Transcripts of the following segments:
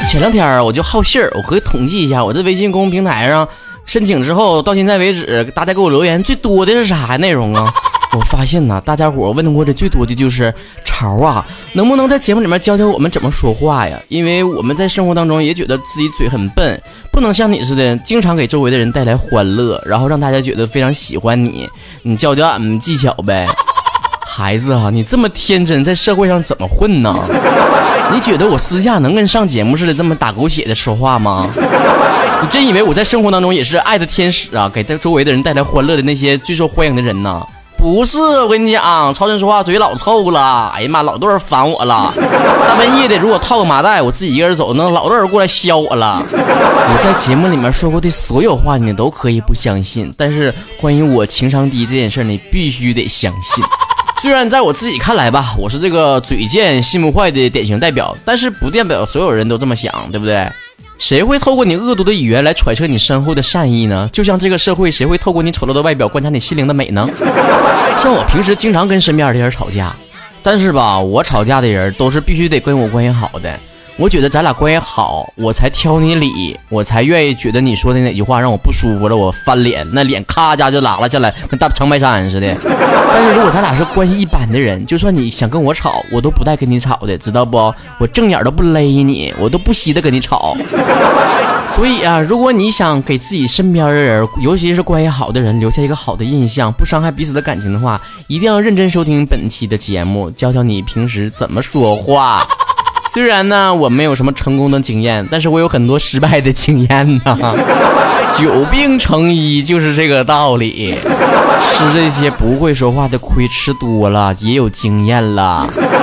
前两天我就好信儿，我可以统计一下，我这微信公众平台上申请之后到现在为止，大家给我留言最多的是啥内容啊？我发现呢，大家伙问过的最多的就是潮啊，能不能在节目里面教教我们怎么说话呀？因为我们在生活当中也觉得自己嘴很笨，不能像你似的经常给周围的人带来欢乐，然后让大家觉得非常喜欢你，你教教俺们技巧呗。孩子啊，你这么天真，在社会上怎么混呢？你觉得我私下能跟上节目似的这么打狗血的说话吗？你真以为我在生活当中也是爱的天使啊，给周围的人带来欢乐的那些最受欢迎的人呢？不是，我跟你讲，超人说话嘴老臭了，哎呀妈，老多人烦我了。大半夜的，如果套个麻袋，我自己一个人走，那老多人过来削我了。我在节目里面说过的所有话，你都可以不相信，但是关于我情商低这件事，你必须得相信。虽然在我自己看来吧，我是这个嘴贱心不坏的典型代表，但是不代表所有人都这么想，对不对？谁会透过你恶毒的语言来揣测你身后的善意呢？就像这个社会，谁会透过你丑陋的外表观察你心灵的美呢？像我平时经常跟身边的人吵架，但是吧，我吵架的人都是必须得跟我关系好的。我觉得咱俩关系好，我才挑你理，我才愿意觉得你说的哪句话让我不舒服了，我翻脸，那脸咔家就拉了下来，跟大长白山似的。但是如果咱俩是关系一般的人，就算你想跟我吵，我都不带跟你吵的，知道不？我正眼都不勒你，我都不惜的跟你吵。所以啊，如果你想给自己身边的人，尤其是关系好的人留下一个好的印象，不伤害彼此的感情的话，一定要认真收听本期的节目，教教你平时怎么说话。虽然呢我没有什么成功的经验，但是我有很多失败的经验呢。久病成医就是这个道理，吃这些不会说话的亏吃多了，也有经验了。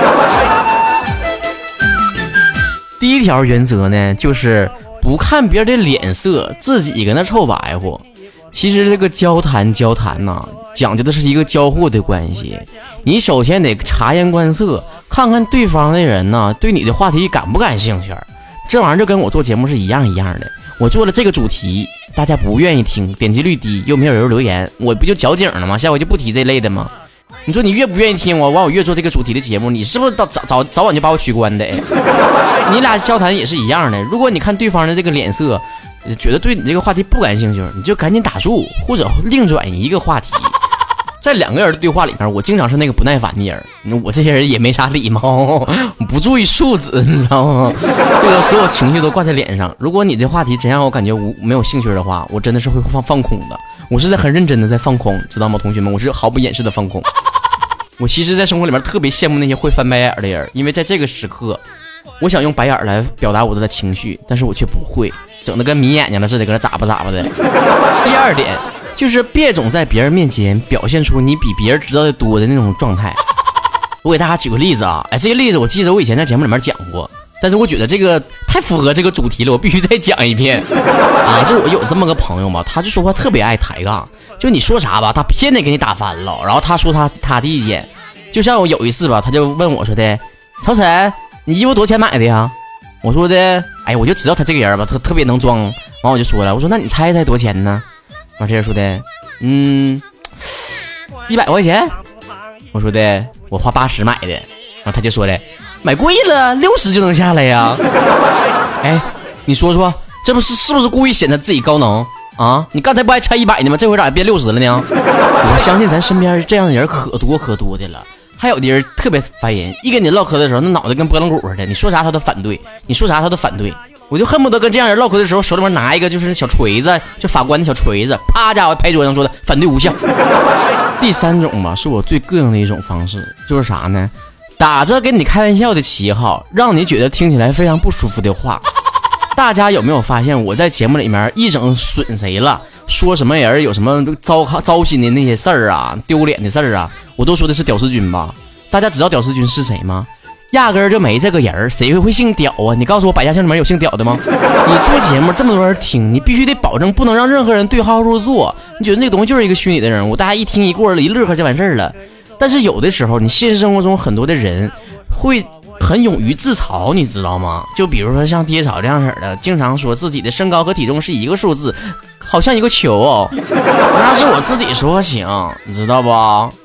第一条原则呢，就是不看别人的脸色，自己跟他臭白乎。其实这个交谈呢，讲究的是一个交互的关系。你首先得察言观色，看看对方的人呢对你的话题感不感兴趣。这玩意儿就跟我做节目是一样的。我做了这个主题，大家不愿意听，点击率低，又没有人留言，我不就矫情了吗？下回就不提这类的吗？你说你越不愿意听我，我越做这个主题的节目，你是不是早晚就把我取关的？你俩交谈也是一样的，如果你看对方的这个脸色，觉得对你这个话题不感兴趣，你就赶紧打住，或者另转移一个话题。在两个人的对话里面，我经常是那个不耐烦的人，我这些人也没啥礼貌，不注意素质，你知道吗？这个所有情绪都挂在脸上。如果你的话题真让我感觉没有兴趣的话，我真的是会放空的。我是在很认真的在放空，知道吗，同学们？我是毫不掩饰的放空。我其实在生活里面特别羡慕那些会翻白眼的人，因为在这个时刻，我想用白眼来表达我的情绪，但是我却不会，整得跟迷眼睛了似的，搁那眨巴的。第二点就是别总在别人面前表现出你比别人知道的多的那种状态。我给大家举个例子啊，这个例子我记得我以前在节目里面讲过，但是我觉得这个太符合这个主题了，我必须再讲一遍啊！就我有这么个朋友嘛，他就说话特别爱抬杠，就你说啥吧，他偏得给你打翻了，然后他说他的意见。就像我有一次吧，他就问我说的，曹晨，你衣服多少钱买的呀？我说的，哎呀，我就知道他这个人吧，他特别能装。完我就说了，我说那你猜多少钱呢？完这人说的，100块钱。我说的我花80买的。然后他就说的，买贵了60就能下来呀。哎，你说这是不是故意显得自己高能啊？你刚才不还猜100呢吗？这回咋变60了呢？我相信咱身边这样的人可多的了。还有的人特别烦人，一跟你唠嗑的时候那脑袋跟拨浪鼓似的，你说啥他都反对，我就恨不得跟这样人唠嗑的时候手里面拿一个就是小锤子，就法官的小锤子，啪家伙拍桌上说的反对无效。第三种吧，是我最膈应的一种方式，就是啥呢？打着跟你开玩笑的旗号，让你觉得听起来非常不舒服的话。大家有没有发现我在节目里面一整损谁了，说什么人有什么糟心的那些事儿啊，丢脸的事儿啊，我都说的是屌丝君吧？大家知道屌丝君是谁吗？压根儿就没这个人，谁会姓屌啊？你告诉我百家姓里面有姓屌的吗？你做节目这么多人听，你必须得保证不能让任何人对号入座。你觉得那个东西就是一个虚拟的人物，大家一听一过了，一乐呵就完事儿了。但是有的时候，你现实生活中很多的人会很勇于自嘲，你知道吗？就比如说像爹草这样式的，经常说自己的身高和体重是一个数字，好像一个球哦。那是我自己说行，你知道不？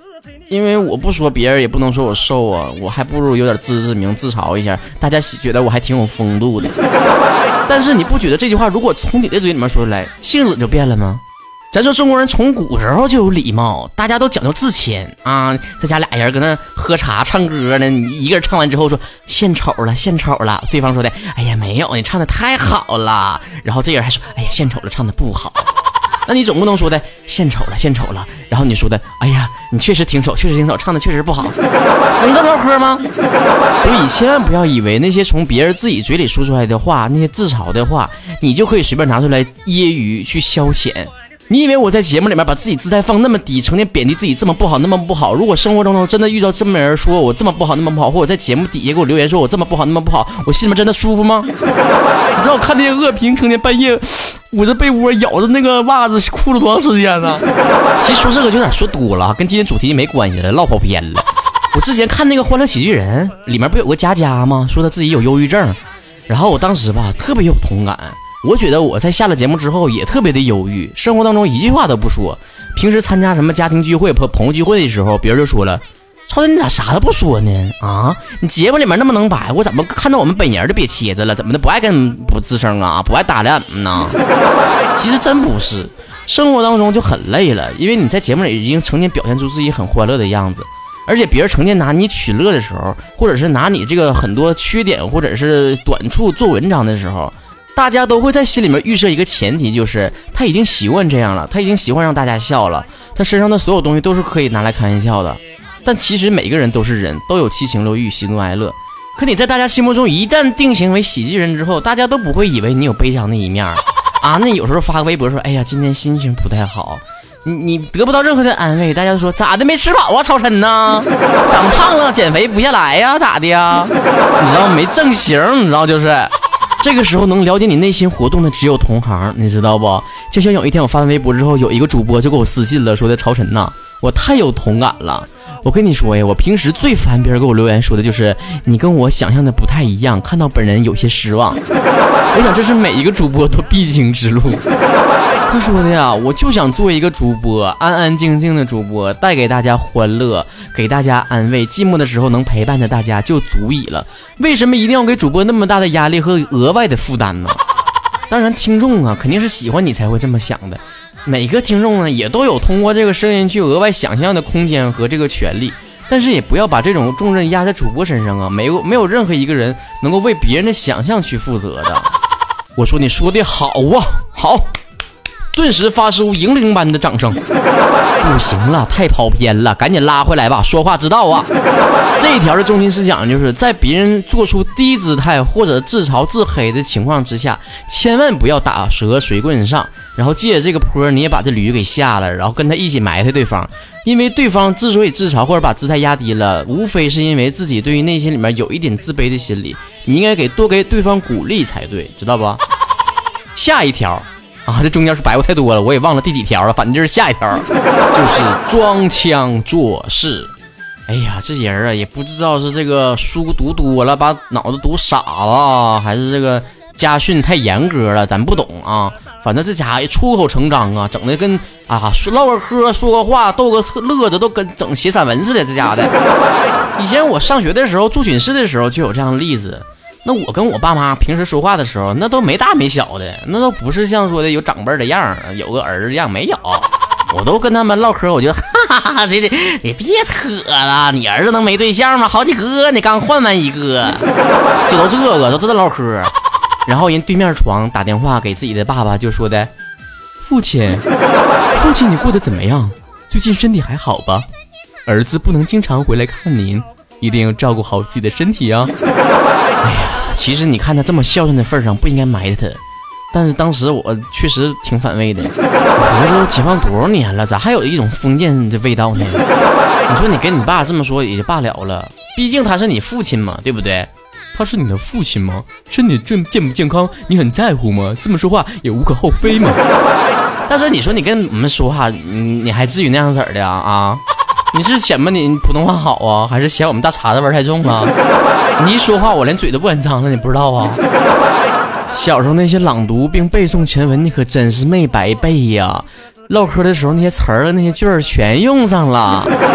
因为我不说别人也不能说我瘦啊，我还不如有点自知之明，自嘲一下，大家觉得我还挺有风度的。但是你不觉得这句话如果从你的嘴里面说出来，性质就变了吗？咱说中国人从古时候就有礼貌，大家都讲究自谦啊。在家俩人搁那喝茶唱歌呢，你一个人唱完之后说献丑了献丑了，对方说的哎呀没有，你唱的太好了，然后这人还说哎呀献丑了唱的不好。那你总不能说的献丑了献丑了，然后你说的哎呀你确实挺丑确实挺丑，唱的确实不好，能这么唠嗑吗？所以千万不要以为那些从别人自己嘴里说出来的话，那些自嘲的话，你就可以随便拿出来揶揄去消遣。你以为我在节目里面把自己姿态放那么低，成天贬低自己这么不好那么不好，如果生活当中真的遇到这么人说我这么不好那么不好，或者在节目底下给我留言说我这么不好那么不好，我心里面真的舒服吗？你知道我看那些恶评成天半夜捂着被窝咬着那个袜子哭了多长时间呢？其实说这个有点说多了，跟今天主题没关系了，唠跑偏了。我之前看那个欢乐喜剧人里面不有个佳佳吗，说他自己有忧郁症，然后我当时吧特别有同感，我觉得我在下了节目之后也特别的忧郁，生活当中一句话都不说，平时参加什么家庭聚会朋友聚会的时候，别人就说了超人你咋啥都不说呢？啊，你节目里面那么能摆，我怎么看到我们本人就憋茄子了？怎么的不爱跟不吱声啊？不爱搭理俺们呢？其实真不是，生活当中就很累了，因为你在节目里已经成天表现出自己很欢乐的样子，而且别人成天拿你取乐的时候，或者是拿你这个很多缺点或者是短处做文章的时候，大家都会在心里面预设一个前提，就是他已经习惯这样了，他已经习惯让大家笑了，他身上的所有东西都是可以拿来开玩笑的。但其实每个人都是人，都有七情六欲喜怒哀乐，可你在大家心目中一旦定型为喜剧人之后，大家都不会以为你有悲伤的一面啊。那有时候发个微博说哎呀今天心情不太好，你得不到任何的安慰，大家都说咋的没吃饱啊超神呢？长胖了减肥不下来呀咋的呀？你知道没正形，你知道就是这个时候能了解你内心活动的只有同行，你知道不？就像有一天我发完微博之后，有一个主播就给我私信了，说的超神呐，我太有同感了。我跟你说呀，我平时最烦别人给我留言说的就是你跟我想象的不太一样，看到本人有些失望。我想这是每一个主播都必经之路。他说的呀，我就想做一个主播，安安静静的主播，带给大家欢乐，给大家安慰，寂寞的时候能陪伴着大家就足以了。为什么一定要给主播那么大的压力和额外的负担呢？当然听众啊肯定是喜欢你才会这么想的，每个听众呢也都有通过这个声音去额外想象的空间和这个权利，但是也不要把这种重任压在主播身上啊，没有任何一个人能够为别人的想象去负责的。我说你说的好啊，好，顿时发出银铃般的掌声。不行了，太跑偏了，赶紧拉回来吧，说话之道啊。这一条的中心思想就是在别人做出低姿态或者自嘲自黑的情况之下，千万不要打蛇随棍上，然后借着这个坡你也把这驴给下了，然后跟他一起埋汰对方。因为对方之所以自嘲或者把姿态压低了，无非是因为自己对于内心里面有一点自卑的心理，你应该多给对方鼓励才对，知道不？下一条啊，这中间是白话太多了，我也忘了第几条了，反正就是下一条，就是装腔作势。哎呀，这人啊也不知道是这个书读多了把脑子读傻了，还是这个家训太严格了，咱不懂啊。反正这家伙出口成章啊，整的跟唠个嗑说个话逗个乐子都跟整写散文似的，这家的。以前我上学的时候住寝室的时候就有这样的例子，那我跟我爸妈平时说话的时候那都没大没小的，那都不是像说的有长辈的样有个儿子样，没有。我都跟他们唠嗑，我就哈哈哈，你别扯了，你儿子能没对象吗？好几个，你刚换完一个，就都这个都知道唠嗑。然后人对面床打电话给自己的爸爸，就说的：父亲，你过得怎么样？最近身体还好吧？儿子不能经常回来看您，一定要照顾好自己的身体啊。哎呀，其实你看他这么孝顺的份上，不应该埋汰他。但是当时我确实挺反胃的，我说都解放多少年了，咋还有一种封建的味道呢？你说你跟你爸这么说也就罢了了，毕竟他是你父亲嘛，对不对？他是你的父亲吗？身体健不健康你很在乎吗？这么说话也无可厚非嘛。但是你说你跟我们说话，你还至于那样子的啊？你是嫌吧你普通话好啊，还是嫌我们大碴子味太重啊？你一说话我连嘴都不敢张了，你不知道啊？小时候那些朗读并背诵全文，你可真是没白背呀！唠嗑的时候那些词儿那些句儿全用上了。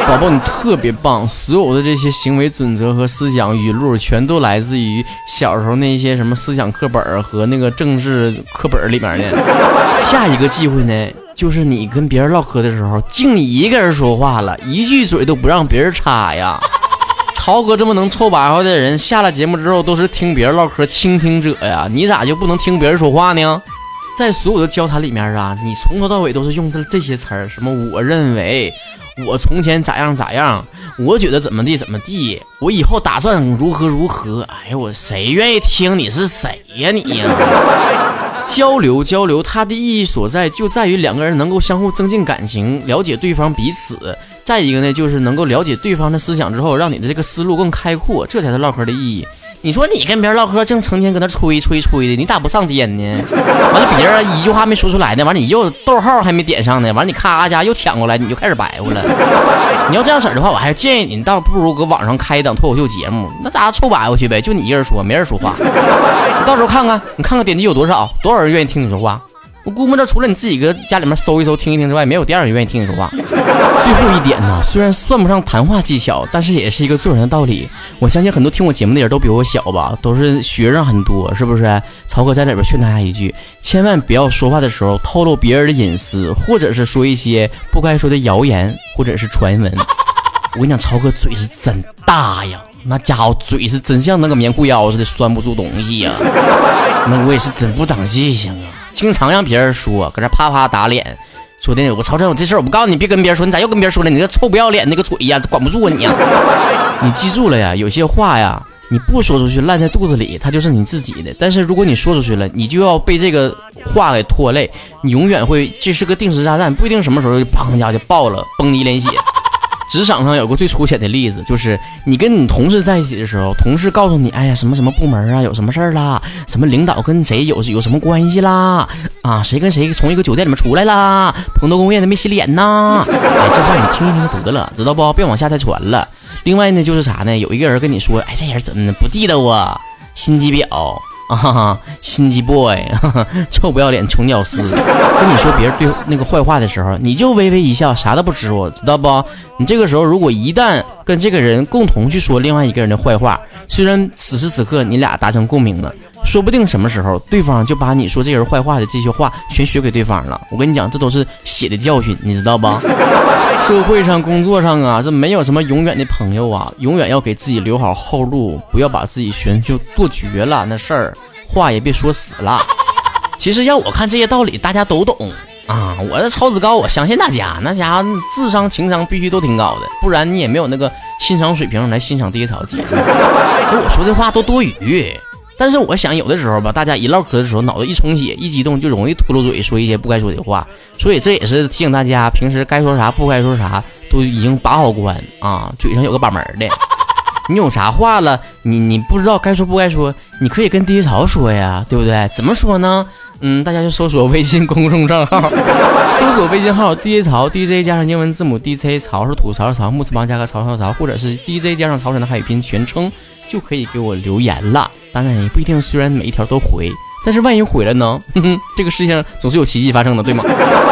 宝宝你特别棒，所有的这些行为准则和思想语录全都来自于小时候那些什么思想课本和那个政治课本里面的。下一个机会呢，就是你跟别人唠嗑的时候，净你一个人说话了，一句嘴都不让别人插呀。超哥这么能臭白话的人，下了节目之后都是听别人唠嗑倾听者呀，你咋就不能听别人说话呢？在所有的交谈里面啊，你从头到尾都是用的这些词儿，什么我认为，我从前咋样咋样，我觉得怎么地怎么地，我以后打算如何如何。哎呀，我谁愿意听？你是谁呀你呀？交流，它的意义所在就在于两个人能够相互增进感情，了解对方彼此。再一个呢，就是能够了解对方的思想之后，让你的这个思路更开阔，这才是唠嗑的意义。你说你跟别人唠嗑，正成天跟他吹的，你咋不上天呢？完了，别人一句话没说出来呢，完了你又逗号还没点上呢，完了你咔家又抢过来，你就开始白话了。你要这样式的话，我还建议你倒不如搁网上开一档脱口秀节目，那咋臭白话去呗？就你一个人说，没人说话。你到时候看看点击有多少人愿意听你说话。我估摸着除了你自己搁家里面搜一搜听一听之外，没有第二人愿意听你说话。最后一点呢，虽然算不上谈话技巧，但是也是一个做人的道理。我相信很多听我节目的人都比我小吧，都是学生很多，是不是？曹哥在里边劝大家一句，千万不要说话的时候透露别人的隐私，或者是说一些不该说的谣言或者是传闻。我跟你讲，曹哥嘴是真大呀，那家伙嘴是真像那个棉裤腰似的，拴不住东西呀。那我也是真不长记性啊，经常让别人说，搁这啪啪打脸，说的我曹真，我这事儿我不告诉你，别跟别人说，你咋又跟别人说了？你这臭不要脸那个嘴呀，管不住啊你呀！你记住了呀，有些话呀，你不说出去烂在肚子里，它就是你自己的；但是如果你说出去了，你就要被这个话给拖累，你永远会，这是个定时炸弹，不一定什么时候就砰家就爆了，崩你一脸血。职场上有个最粗浅的例子，就是你跟你同事在一起的时候，同事告诉你，哎呀，什么什么部门啊，有什么事儿啦，什么领导跟谁有什么关系啦，啊，谁跟谁从一个酒店里面出来啦，彭德公宴的没洗脸呐，哎，这话你听一听就得了，知道不？别往下再传了。另外呢，就是啥呢？有一个人跟你说，哎，这人怎么不地道啊，心机婊。啊，心机 boy， 臭不要脸穷屌丝，跟你说别人对那个坏话的时候，你就微微一笑，啥都不知道，知道不？你这个时候如果一旦跟这个人共同去说另外一个人的坏话，虽然此时此刻你俩达成共鸣了，说不定什么时候对方就把你说这人坏话的这些话全学给对方了。我跟你讲，这都是血的教训，你知道吧？社会上工作上啊，这没有什么永远的朋友啊，永远要给自己留好后路，不要把自己全就做绝了，那事儿话也别说死了。其实要我看这些道理大家都懂啊，我这超子高，我相信大家那家伙智商情商必须都挺高的，不然你也没有那个欣赏水平来欣赏低潮节目。我说这话都多余。但是我想有的时候吧，大家一唠嗑的时候，脑子一充血一激动，就容易秃噜嘴说一些不该说的话，所以这也是提醒大家平时该说啥不该说啥都已经把好关啊，嘴上有个把门的。你有啥话了，你不知道该说不该说，你可以跟DJ曹说呀，对不对？怎么说呢？大家就搜索微信公众账号，搜索微信号 DJ 曹 DJ 加上英文字母 DJ 曹是吐槽的曹，木字旁加个曹操曹，或者是 DJ 加上曹晨的汉语拼全称，就可以给我留言了。当然也不一定，虽然每一条都回，但是万一回了呢？这个世界上总是有奇迹发生的，对吗？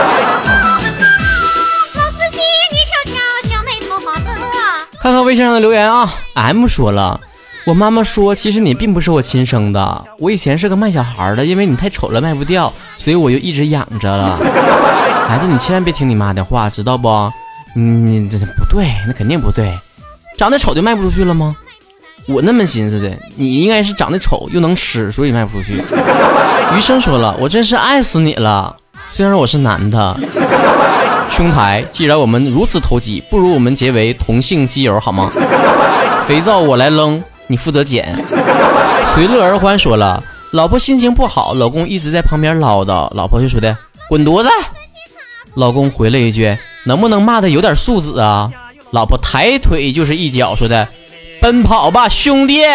看看微信上的留言啊 ，M 说了，我妈妈说，其实你并不是我亲生的，我以前是个卖小孩的，因为你太丑了卖不掉，所以我就一直养着了。孩子，你千万别听你妈的话，知道不？你这不对，那肯定不对，长得丑就卖不出去了吗？我那么寻思的，你应该是长得丑又能吃，所以卖不出去。余生说了，我真是爱死你了，虽然我是男的。兄台，既然我们如此投机，不如我们结为同性基友好吗？肥皂我来扔，你负责捡。随乐而欢说了，老婆心情不好，老公一直在旁边唠叨，老婆就说的滚犊子。老公回了一句，能不能骂的有点素质啊？老婆抬腿就是一脚，说的奔跑吧兄弟。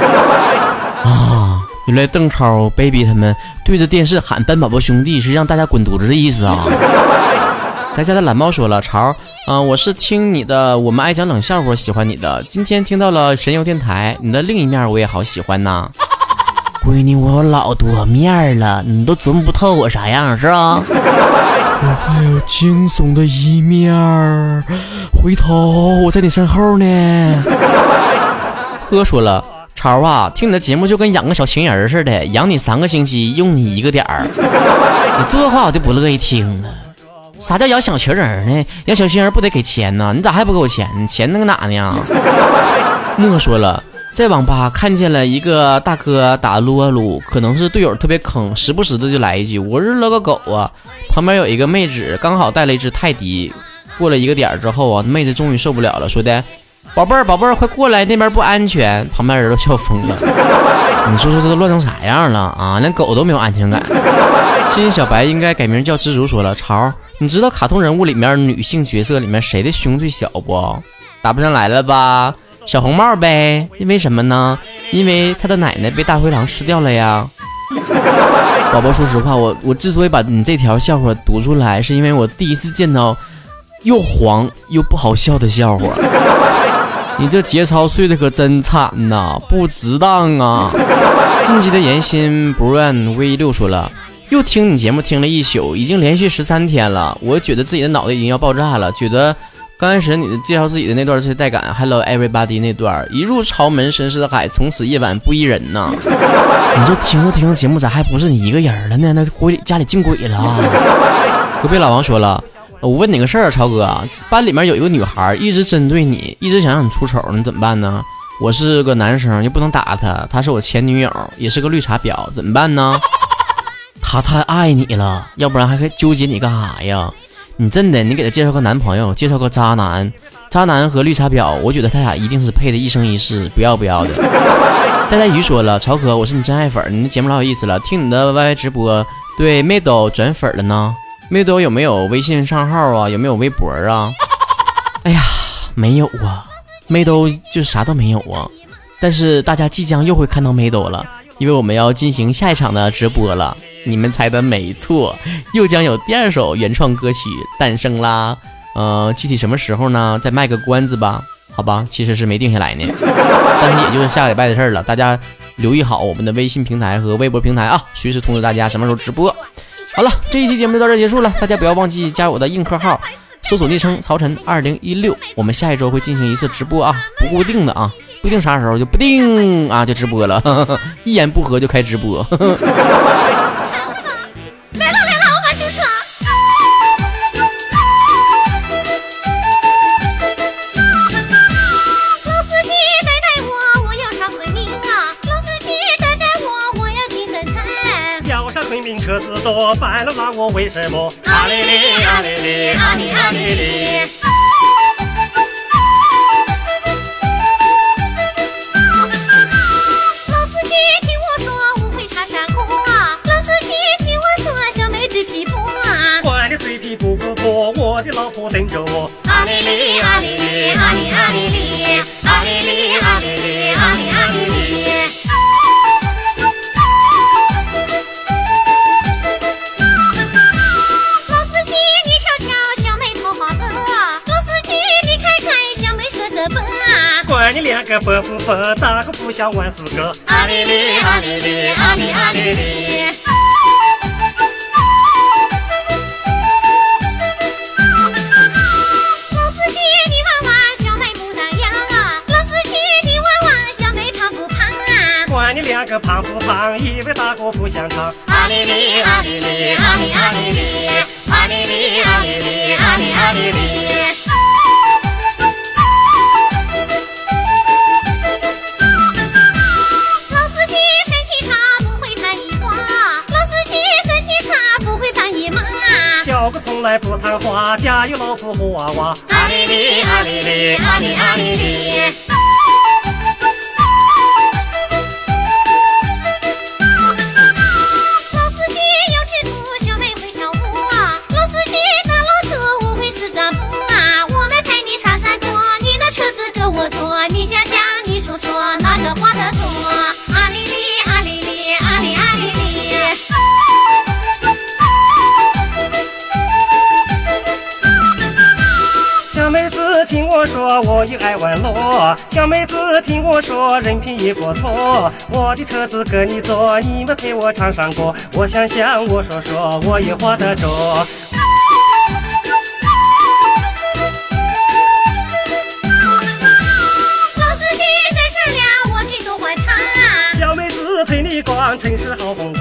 啊，原来邓超 baby 他们对着电视喊奔跑吧兄弟是让大家滚犊子的意思啊。咱家的懒猫说了，潮我是听你的我们爱讲冷笑话喜欢你的，今天听到了神游电台，你的另一面我也好喜欢呐。闺女，我有老多面了，你都琢磨不透我啥样是吧？ 我还有惊悚的一面儿，回头我在你身后呢。呵说了，超啊，听你的节目就跟养个小情人似的，养你3个星期，用你1个点儿。你这话我就不乐意听了。啥叫养小情人呢？养小情人不得给钱呢？你咋还不给我钱？钱那个哪呢？莫说了，在网吧看见了一个大哥打撸啊撸，可能是队友特别坑，时不时的就来一句我日了个狗啊。旁边有一个妹子刚好带了一只泰迪，过了1个点之后啊，妹子终于受不了了，说的宝贝儿宝贝儿快过来，那边不安全。旁边人都笑疯了。你说说这都乱成啥样了啊，连狗都没有安全感。新小白应该改名叫蜘蛛。说了，潮，你知道卡通人物里面女性角色里面谁的胸最小不？答不上来了吧？小红帽呗。因为什么呢？因为他的奶奶被大灰狼吃掉了呀。宝宝，说实话，我之所以把你这条笑话读出来，是因为我第一次见到又黄又不好笑的笑话。你这节操碎的可真惨呐，不值当啊！近期的妍心 Brian V6 说了，又听你节目听了一宿，已经连续13天了，我觉得自己的脑袋已经要爆炸了，觉得刚开始你的介绍自己的那段最带感 Hello everybody 那段，一入朝门深似海，从此夜晚不依人呐。你就听着听着节目，咋还不是你一个人了呢？那家里进鬼了。隔壁老王说了，我问你个事儿，超哥，班里面有一个女孩一直针对你，一直想让你出丑，你怎么办呢？我是个男生，又不能打她，她是我前女友，也是个绿茶婊，怎么办呢？她太爱你了，要不然还纠结你干啥呀？你真的，你给她介绍个男朋友，介绍个渣男，渣男和绿茶婊，我觉得他俩一定是配的一生一世，不要的。戴戴鱼说了，超哥，我是你真爱粉，你的节目老有意思了，听你的 YY 直播，对妹豆转粉了呢。妹豆有没有微信账号啊？有没有微博啊？哎呀，没有啊，妹豆就啥都没有啊。但是大家即将又会看到妹豆了，因为我们要进行下一场的直播了。你们猜的没错，又将有第2首原创歌曲诞生啦。具体什么时候呢？再卖个关子吧，好吧，其实是没定下来呢，但是也就是下个礼拜的事了。大家留意好我们的微信平台和微博平台啊，随时通知大家什么时候直播。好了，这一期节目就到这结束了，大家不要忘记加入我的硬核号，搜索昵称曹晨2016，我们下一周会进行一次直播啊，不固定的啊，不一定啥时候就不定啊就直播了，呵呵，一言不合就开直播。呵呵来了，我把车。老司机带我要上昆明啊！老司机带我要进深圳。 要上昆明车子多，白了那我为什么？阿里里阿里里阿里阿里里。 老司机听我说，无会插山坡啊！老司机听我说，小妹嘴皮薄啊！ 管你嘴皮不薄，我的老婆等着我。 阿里里阿里里阿里阿里里阿里里阿里里阿里阿里里。老司机你瞧瞧，小妹头发白啊！老司机你看看，小妹说的笨啊！ 管你2个白不白，打个不响万4个。 阿里里阿里里阿里阿里里。老司机你玩玩，小妹不那样啊！老司机你玩玩，小妹胖不胖啊？ 管你2个胖不胖，以为打个不响唱。 阿里里阿里里阿里阿里里阿里里阿里里阿里阿里里。老司机身体差不会弹一花，老司机身体差不会弹一马。 小哥从来不谈话，家有老婆和娃娃。 阿里里阿里里阿里阿里里。老司机有尺度，小妹会跳舞啊！老司机打老车，我会是转步啊！我们陪你插山坡，你的车子跟我坐，你想想，你说说哪个花的多？阿里里阿里里阿里阿里里。 小妹子听我说，我也爱玩乐。小妹子听我说，人品也不错。我的车子跟你坐，你们陪我唱上歌。我想想，我说说，我也画得着。 城市好风光。